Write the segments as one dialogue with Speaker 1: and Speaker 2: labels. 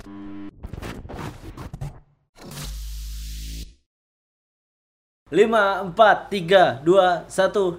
Speaker 1: Lima, 4, 3, 2, 1.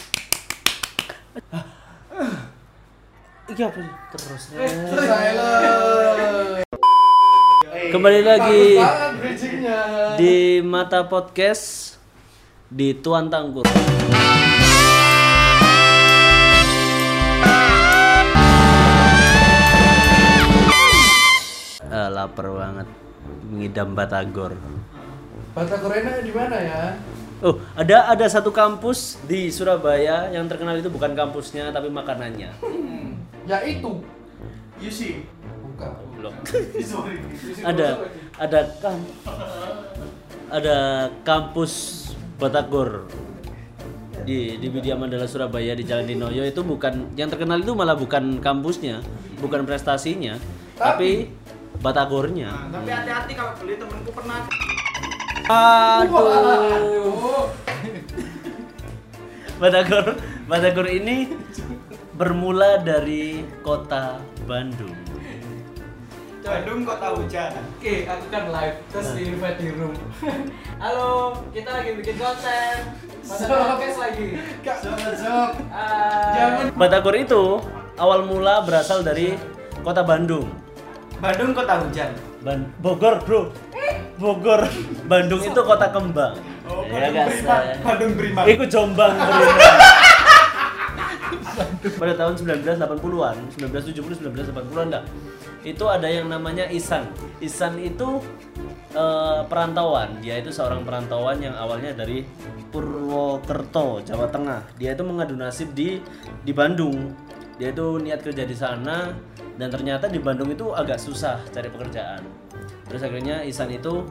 Speaker 1: Iki apa sih? Terus. Kembali lagi di Mata Podcast di Tuan Tangkur. Lapar banget, ngidam batagor.
Speaker 2: Batagor enak di mana ya?
Speaker 1: Oh, ada satu kampus di Surabaya yang terkenal itu bukan kampusnya tapi makanannya.
Speaker 2: Ya itu.
Speaker 3: UC.
Speaker 2: Bukan.
Speaker 1: Belum.
Speaker 3: Sorry.
Speaker 1: Ada kampus Batagor di Widya Mandala Surabaya di Jalan Dinoyo. Itu bukan yang terkenal, itu malah bukan kampusnya, bukan prestasinya, tapi Batagornya.
Speaker 3: Tapi hati-hati kalau beli, temenku pernah.
Speaker 1: Aduh. Batagor ini bermula dari kota Bandung.
Speaker 3: Bandung kota hujan.
Speaker 2: Oke, aku kan live terus di invite di room. Halo, kita lagi bikin konten. Podcast lagi.
Speaker 3: Sok.
Speaker 2: Jangan
Speaker 1: Batagor itu awal mula berasal dari kota Bandung.
Speaker 3: Bandung kota hujan.
Speaker 1: Bogor, bro. Bogor. Bandung itu kota kembang.
Speaker 3: Oh,
Speaker 1: Ya,
Speaker 3: Bandung
Speaker 1: guys,
Speaker 3: Beriman.
Speaker 1: saya.
Speaker 3: Bandung Beriman.
Speaker 1: Ikut Jombang Beriman. Pada tahun 1980-an, 1970, 1980-an enggak. Itu ada yang namanya Ihsan. Ihsan itu perantauan. Dia itu seorang perantauan yang awalnya dari Purwokerto, Jawa Tengah. Dia itu mengadu nasib di Bandung. Dia itu niat kerja di sana dan ternyata di Bandung itu agak susah cari pekerjaan. Terus akhirnya Ihsan itu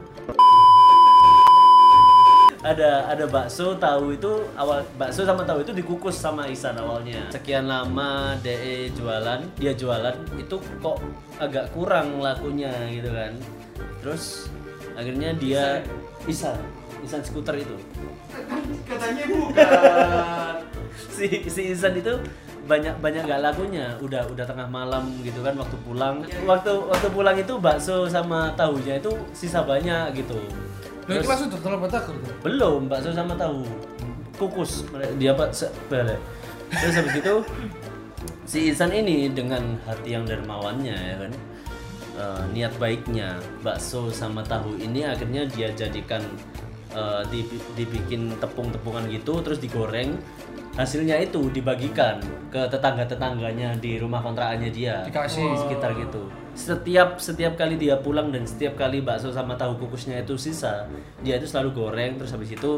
Speaker 1: ada bakso tahu itu bakso sama tahu itu dikukus sama Ihsan awalnya. Sekian lama dia jualan itu kok agak kurang lakunya gitu kan. Terus akhirnya dia Ihsan skuter itu.
Speaker 3: Katanya bukan.
Speaker 1: si Ihsan itu banyak gak lakunya, udah tengah malam gitu kan, waktu pulang itu bakso sama tahunya itu sisa banyak gitu.
Speaker 2: Terus langsung tertolong Batagor tuh.
Speaker 1: Belum, bakso sama tahu kukus dia balik. Terus habis itu si Ihsan ini dengan hati yang dermawannya ya kan, niat baiknya, bakso sama tahu ini akhirnya dia jadikan dibikin tepung-tepungan gitu, terus digoreng. Hasilnya itu dibagikan ke tetangga-tetangganya di rumah kontrakannya dia.
Speaker 2: Dikasih
Speaker 1: Sekitar gitu. Setiap kali dia pulang dan setiap kali bakso sama tahu kukusnya itu sisa, dia itu selalu goreng. Terus habis itu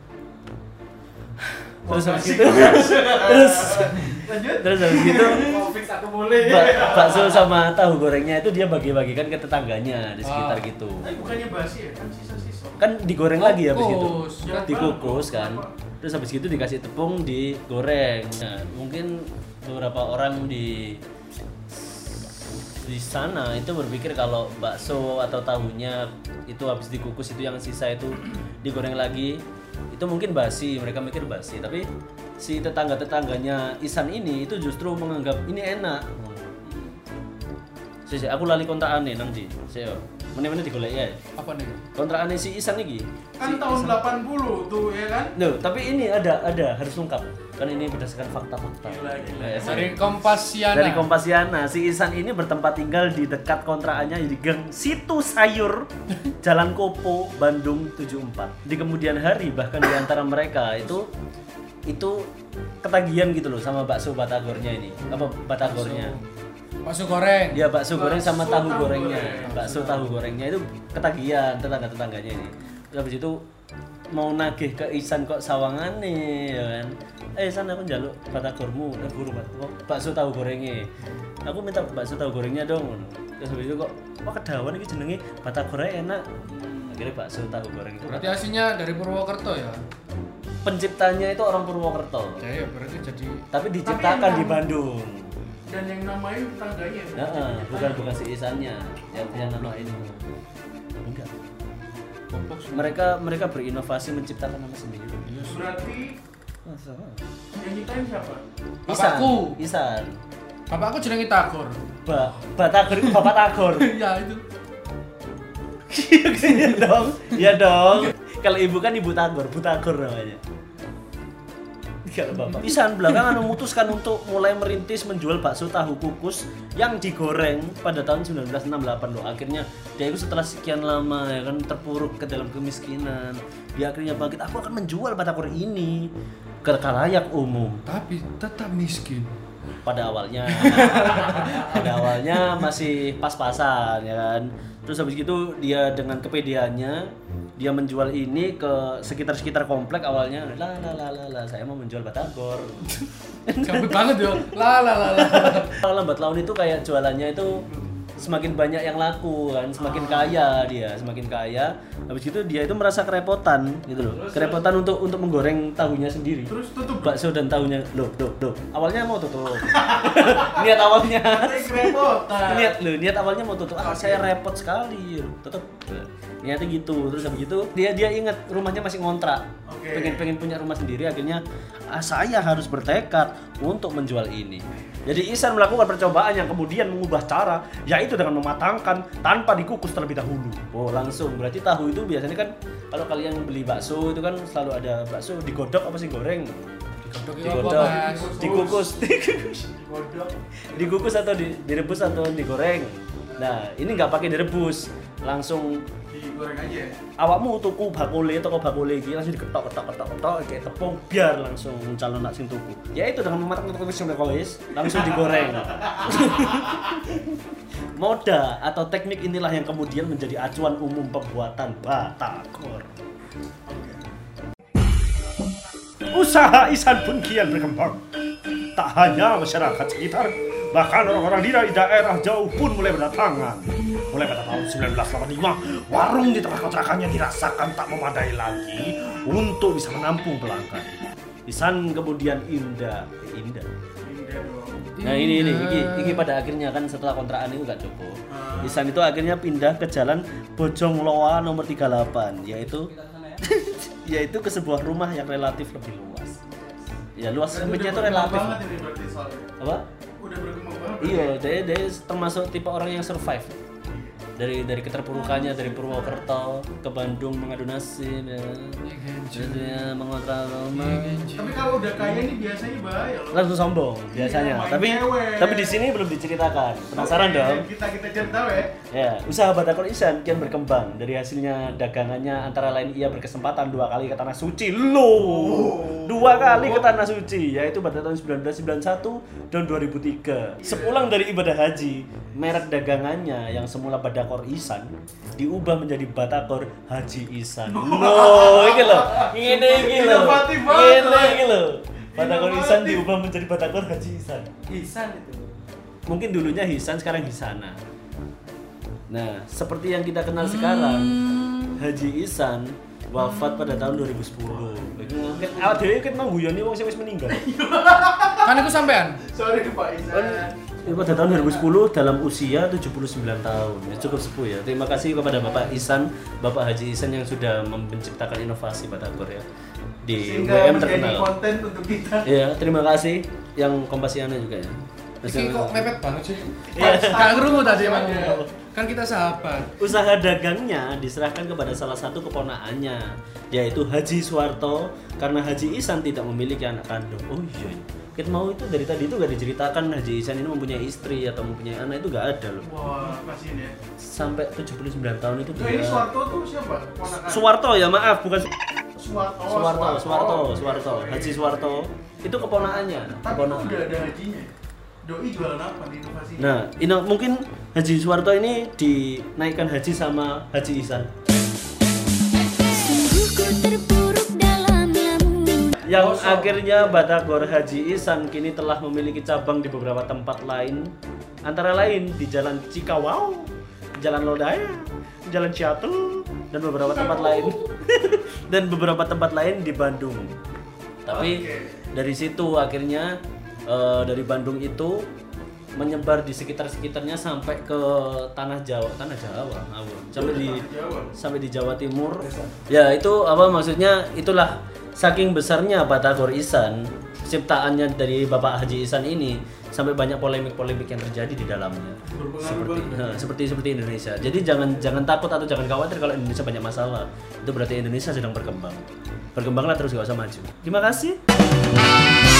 Speaker 1: terus habis itu
Speaker 3: Fix aku boleh.
Speaker 1: bakso sama tahu gorengnya itu dia bagi-bagikan ke tetangganya di sekitar gitu.
Speaker 3: Tapi bukannya basi ya? Kan sisa-sisa.
Speaker 1: Kan digoreng lagi habis itu.
Speaker 2: Kukus.
Speaker 1: Dikukus kan. Terus habis itu dikasih tepung, digoreng. Nah, mungkin beberapa orang di sana itu berpikir kalau bakso atau tahunya itu habis dikukus itu yang sisa itu digoreng lagi, itu mungkin basi, mereka mikir basi. Tapi si tetangga-tetangganya Ihsan ini itu justru menganggap ini enak. Aku lali kontraane nang ndi? Meneh-meneh digoleki ya.
Speaker 2: Apa nih?
Speaker 1: Kontraane si Ihsan iki.
Speaker 3: Kan tahun 80 tuh ya kan?
Speaker 1: Loh, tapi ini ada harus lengkap. Kan ini berdasarkan fakta-fakta.
Speaker 3: Gila.
Speaker 2: Dari Kompasiana.
Speaker 1: Dari Kompasiana, si Ihsan ini bertempat tinggal di dekat kontrakannya di Gang Situ Sayur, Jalan Kopo, Bandung 74. Di kemudian hari bahkan di antara mereka itu ketagihan gitu loh sama bakso Batagornya ini. Apa Batagornya?
Speaker 2: Bakso goreng.
Speaker 1: Ya bakso goreng sama
Speaker 3: Bakso
Speaker 1: tahu
Speaker 3: tahu
Speaker 1: gorengnya.
Speaker 3: goreng.
Speaker 1: Bakso tahu gorengnya itu ketagihan tetangga-tetangganya ini. Terus habis itu mau nagih ke Ihsan kok sawangane ya kan. Ihsan aku njaluk batagormu, buru bakso tahu gorengnya. Aku minta bakso tahu gorengnya dong. Terus habis itu kok kedawan iki jenenge batagornya enak. Akhirnya bakso tahu goreng itu.
Speaker 2: Berarti aslinya dari Purwokerto ya?
Speaker 1: Penciptanya itu orang Purwokerto.
Speaker 2: Ya berarti jadi
Speaker 1: Tapi diciptakan di Bandung.
Speaker 3: Dan yang namain tetangganya.
Speaker 1: Bukan si Ihsannya yang namain. Enggak.
Speaker 2: kompleks.
Speaker 1: Mereka berinovasi menciptakan nama sendiri.
Speaker 3: Berarti yang nyiptain siapa?
Speaker 1: Ihsan.
Speaker 2: Bapakku.
Speaker 1: Ihsan.
Speaker 3: Bapakku jenenge Tagor.
Speaker 1: Batagor itu Bapak Tagor.
Speaker 3: Iya itu.
Speaker 1: Iya dong. Iya dong. Kalau ibu kan Ibu Tagor, Bu Tagor namanya. Kalau bapak Isan belakangan memutuskan untuk mulai merintis menjual bakso tahu kukus yang digoreng pada tahun 1968 loh. Akhirnya dia itu setelah sekian lama ya kan terpuruk ke dalam kemiskinan, dia akhirnya bangkit. Aku akan menjual batagor ini ke khalayak umum.
Speaker 3: Tapi tetap miskin.
Speaker 1: Pada awalnya masih pas-pasan ya kan. Terus habis itu dia dengan kepedeannya dia menjual ini ke sekitar komplek awalnya. La saya mau menjual batagor.
Speaker 3: Capek banget ya. La.
Speaker 1: Lambat laun itu kayak jualannya itu semakin banyak yang laku kan, semakin kaya dia, semakin kaya. Habis itu dia itu merasa kerepotan gitu loh. Kerepotan untuk menggoreng tahunya sendiri.
Speaker 3: Terus tutup
Speaker 1: bakso dan tahunya. Loh. Awalnya mau tutup. Niat awalnya.
Speaker 3: kerepotan.
Speaker 1: Niat awalnya mau tutup. Saya repot sekali. Tutup. Niatnya gitu. Terus habis itu dia ingat rumahnya masih ngontrak. Pengen punya rumah sendiri, akhirnya saya harus bertekad untuk menjual ini. Jadi Isan melakukan percobaan yang kemudian mengubah cara, yaitu dengan mematangkan tanpa dikukus terlebih dahulu. Oh langsung, berarti tahu itu biasanya kan kalau kalian beli bakso itu kan selalu ada bakso digodok apa sih goreng? Digodok, dikukus atau direbus atau digoreng. Nah ini nggak pakai direbus, langsung
Speaker 3: digoreng aja.
Speaker 1: Awakmu tuku toko bakule iki langsung diketok kayak tepung biar langsung calon nak sing tuku. Ya itu dengan mematang wis langsung digoreng. Moda atau teknik inilah yang kemudian menjadi acuan umum pembuatan batagor. Usaha Isan pun kian berkembang. Tak hanya masyarakat sekitar, bahkan orang-orang di daerah jauh pun mulai berdatangan. Mulai pada tahun 1985, warung di tengah kontrakannya dirasakan tak memadai lagi untuk bisa menampung pelanggan. Isan kemudian indah. Nah ini pada akhirnya kan setelah kontrakan itu gak cukup. Isan itu akhirnya pindah ke jalan Bojong Loa nomor 38, yaitu ke sebuah rumah yang relatif lebih luas. Ya luas sempitnya itu relatif. Apa?
Speaker 3: Udah berkembang banget.
Speaker 1: Iya, dia termasuk tipe orang yang survive. Dari keterpurukannya dari Purwokerto ke Bandung mengadu nasib ya. Jadi mengontrak rumah.
Speaker 3: Tapi kalau udah kaya ini biasanya bahaya loh.
Speaker 1: Langsung sombong biasanya. Tapi di sini belum diceritakan. Penasaran dong?
Speaker 3: Kita cari tahu ya.
Speaker 1: Ya, usaha batagor Isan kian berkembang. Dari hasilnya dagangannya antara lain ia berkesempatan 2 kali ke Tanah Suci. Loh. 2 kali ke Tanah Suci, yaitu pada tahun 1991 dan 2003. Sepulang dari ibadah haji, merek dagangannya yang semula batagor Isan diubah menjadi batagor Haji Isan. Loh, iki lho. Ini lho. Batagor Isan diubah menjadi batagor Haji Isan.
Speaker 2: Isan itu.
Speaker 1: Mungkin dulunya Hisan, sekarang Hisana. Nah, seperti yang kita kenal sekarang, Haji Isan wafat pada tahun 2010. Mungkin awak dhewe ket mangguyoni wong sing wis meninggal.
Speaker 3: Kan itu sampean.
Speaker 2: Sorry Pak Isan.
Speaker 1: Itu pada tahun 2010 dalam usia 79 tahun. Ya, cukup sepuh ya. Terima kasih kepada Bapak Isan, Bapak Haji Isan yang sudah menciptakan inovasi batagor ya di WM terkenal.
Speaker 2: Konten untuk kita.
Speaker 1: Ya, terima kasih yang Kompasiana juga ya.
Speaker 3: Ini kok mepet banget sih.
Speaker 1: Iya.
Speaker 3: Gak ngerungu tadi emang. Kan kita sahabat.
Speaker 1: Usaha dagangnya diserahkan kepada salah satu keponakannya, yaitu Haji Suwarto, karena Haji Isan tidak memiliki anak kandung. Oh iya. Kita mau itu dari tadi itu gak diceritakan Haji Isan ini mempunyai istri atau mempunyai anak, itu gak ada loh.
Speaker 3: Wah, kasihin ya.
Speaker 1: Sampai 79 tahun itu dia.
Speaker 3: Ini Suwarto tuh siapa? Ponakan.
Speaker 1: Suwarto ya, maaf, bukan
Speaker 3: Suwarto.
Speaker 1: Suwarto. Haji Suwarto. Itu keponakannya.
Speaker 3: Tapi udah ada hajinya. Doi jualan apa di inovasi?
Speaker 1: Nah, mungkin Haji Suwarto ini dinaikkan haji sama Haji Isan. Yang akhirnya batagor Haji Isan kini telah memiliki cabang di beberapa tempat lain, antara lain di Jalan Cikawau, Jalan Lodaya, Jalan Ciatul, dan beberapa tempat lain di Bandung. Tapi dari situ akhirnya dari Bandung itu menyebar di sekitarnya sampai ke tanah Jawa, sampai di Jawa Timur. Ya itu apa maksudnya, itulah saking besarnya batagor Isan, ciptaannya dari Bapak Haji Isan ini, sampai banyak polemik-polemik yang terjadi di dalamnya.
Speaker 3: Berpengaruh
Speaker 1: Seperti Indonesia. Jadi jangan takut atau jangan khawatir kalau Indonesia banyak masalah. Itu berarti Indonesia sedang berkembang. Berkembanglah terus, gak usah maju. Terima kasih.